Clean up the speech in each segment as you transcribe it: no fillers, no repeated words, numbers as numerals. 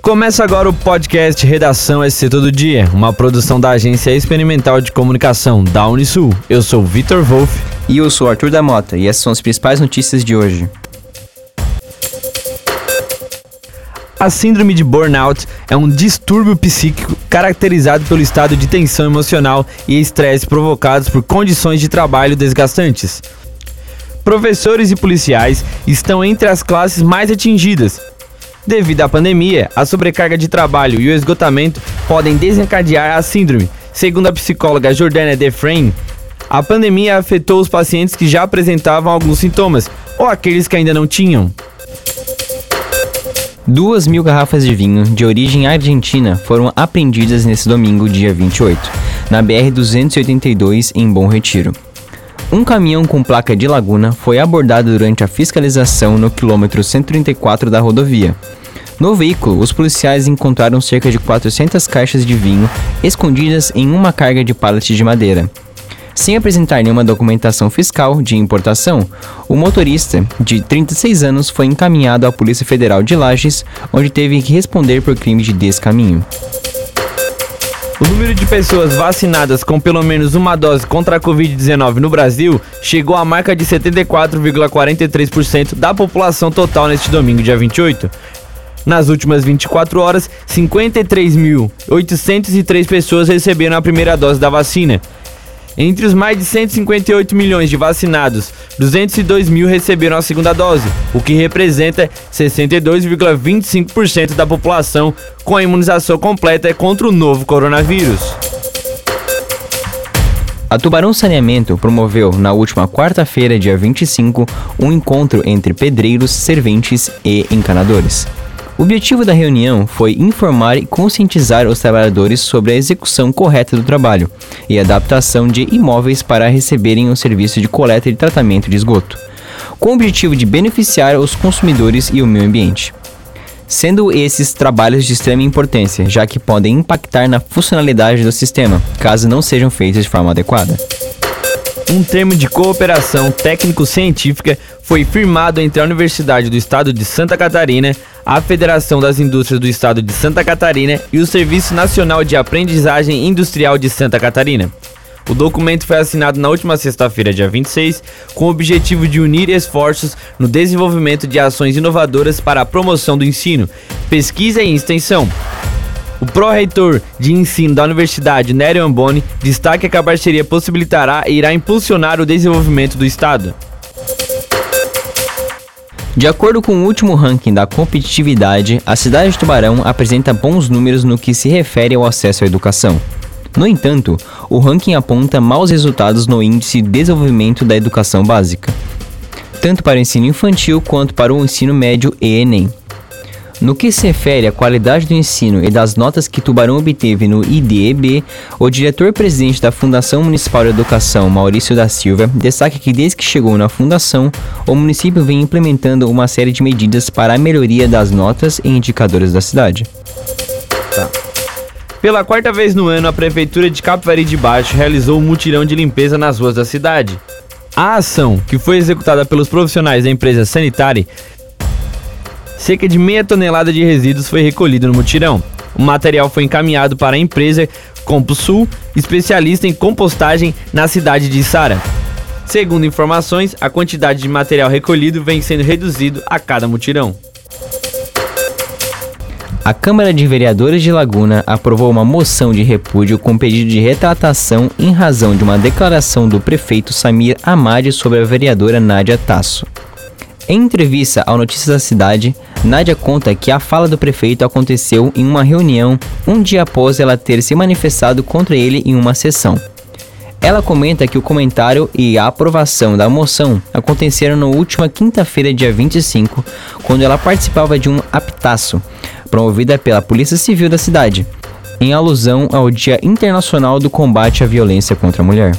Começa agora o podcast Redação SC Todo Dia, uma produção da Agência Experimental de Comunicação da Unisul. Eu sou Vitor Wolff. E eu sou Arthur da Mota, e essas são as principais notícias de hoje. A síndrome de burnout é um distúrbio psíquico caracterizado pelo estado de tensão emocional e estresse provocados por condições de trabalho desgastantes. Professores e policiais estão entre as classes mais atingidas. Devido à pandemia, a sobrecarga de trabalho e o esgotamento podem desencadear a síndrome. Segundo a psicóloga Jordana Defrain, a pandemia afetou os pacientes que já apresentavam alguns sintomas ou aqueles que ainda não tinham. 2.000 garrafas de vinho de origem argentina foram apreendidas nesse domingo, dia 28, na BR-282 em Bom Retiro. Um caminhão com placa de Laguna foi abordado durante a fiscalização no quilômetro 134 da rodovia. No veículo, os policiais encontraram cerca de 400 caixas de vinho escondidas em uma carga de pallet de madeira. Sem apresentar nenhuma documentação fiscal de importação, o motorista, de 36 anos, foi encaminhado à Polícia Federal de Lages, onde teve que responder por crime de descaminho. O número de pessoas vacinadas com pelo menos uma dose contra a Covid-19 no Brasil chegou à marca de 74,43% da população total neste domingo, dia 28. Nas últimas 24 horas, 53.803 pessoas receberam a primeira dose da vacina. Entre os mais de 158 milhões de vacinados, 202 mil receberam a segunda dose, o que representa 62,25% da população com a imunização completa contra o novo coronavírus. A Tubarão Saneamento promoveu, na última quarta-feira, dia 25, um encontro entre pedreiros, serventes e encanadores. O objetivo da reunião foi informar e conscientizar os trabalhadores sobre a execução correta do trabalho e adaptação de imóveis para receberem o serviço de coleta e tratamento de esgoto, com o objetivo de beneficiar os consumidores e o meio ambiente. Sendo esses trabalhos de extrema importância, já que podem impactar na funcionalidade do sistema, caso não sejam feitos de forma adequada. Um termo de cooperação técnico-científica foi firmado entre a Universidade do Estado de Santa Catarina, a Federação das Indústrias do Estado de Santa Catarina e o Serviço Nacional de Aprendizagem Industrial de Santa Catarina. O documento foi assinado na última sexta-feira, dia 26, com o objetivo de unir esforços no desenvolvimento de ações inovadoras para a promoção do ensino, pesquisa e extensão. O pró-reitor de ensino da Universidade, Nério Amboni, destaca que a parceria possibilitará e irá impulsionar o desenvolvimento do Estado. De acordo com o último ranking da competitividade, a cidade de Tubarão apresenta bons números no que se refere ao acesso à educação. No entanto, o ranking aponta maus resultados no índice de desenvolvimento da educação básica, tanto para o ensino infantil quanto para o ensino médio e Enem. No que se refere à qualidade do ensino e das notas que Tubarão obteve no IDEB, o diretor-presidente da Fundação Municipal de Educação, Maurício da Silva, destaca que desde que chegou na fundação, o município vem implementando uma série de medidas para a melhoria das notas e indicadores da cidade. Pela quarta vez no ano, a Prefeitura de Capivari de Baixo realizou um mutirão de limpeza nas ruas da cidade. A ação, que foi executada pelos profissionais da empresa Sanitari, cerca de meia tonelada de resíduos foi recolhido no mutirão. O material foi encaminhado para a empresa Composul, especialista em compostagem na cidade de Içara. Segundo informações, a quantidade de material recolhido vem sendo reduzido a cada mutirão. A Câmara de Vereadores de Laguna aprovou uma moção de repúdio com pedido de retratação em razão de uma declaração do prefeito Samir Hamadi sobre a vereadora Nádia Tasso. Em entrevista ao Notícias da Cidade, Nádia conta que a fala do prefeito aconteceu em uma reunião um dia após ela ter se manifestado contra ele em uma sessão. Ela comenta que o comentário e a aprovação da moção aconteceram na última quinta-feira, dia 25, quando ela participava de um aptaço, promovida pela Polícia Civil da cidade, em alusão ao Dia Internacional do Combate à Violência contra a Mulher.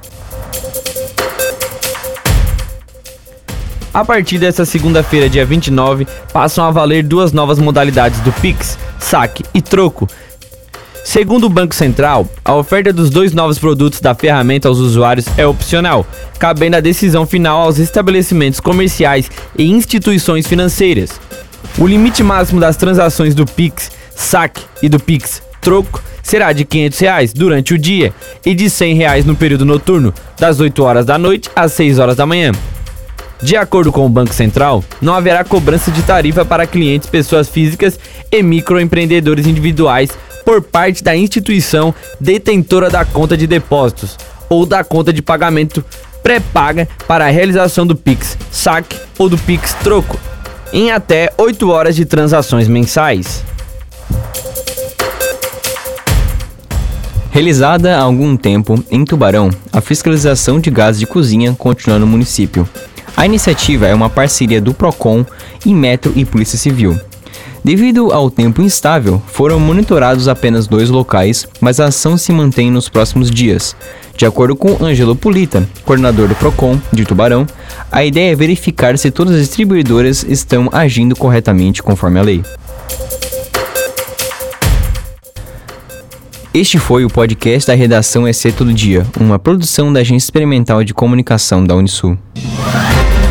A partir desta segunda-feira, dia 29, passam a valer duas novas modalidades do Pix, saque e troco. Segundo o Banco Central, a oferta dos dois novos produtos da ferramenta aos usuários é opcional, cabendo a decisão final aos estabelecimentos comerciais e instituições financeiras. O limite máximo das transações do Pix saque e do Pix troco será de R$ 500 durante o dia e de R$ 100 no período noturno, das 8 horas da noite às 6 horas da manhã. De acordo com o Banco Central, não haverá cobrança de tarifa para clientes, pessoas físicas e microempreendedores individuais por parte da instituição detentora da conta de depósitos ou da conta de pagamento pré-paga para a realização do Pix saque ou do Pix troco, em até 8 horas de transações mensais. Realizada há algum tempo em Tubarão, a fiscalização de gases de cozinha continua no município. A iniciativa é uma parceria do Procon, Inmetro e Polícia Civil. Devido ao tempo instável, foram monitorados apenas 2 locais, mas a ação se mantém nos próximos dias. De acordo com Ângelo Polita, coordenador do Procon de Tubarão, a ideia é verificar se todas as distribuidoras estão agindo corretamente conforme a lei. Este foi o podcast da redação EC Todo Dia, uma produção da Agência Experimental de Comunicação da Unisul.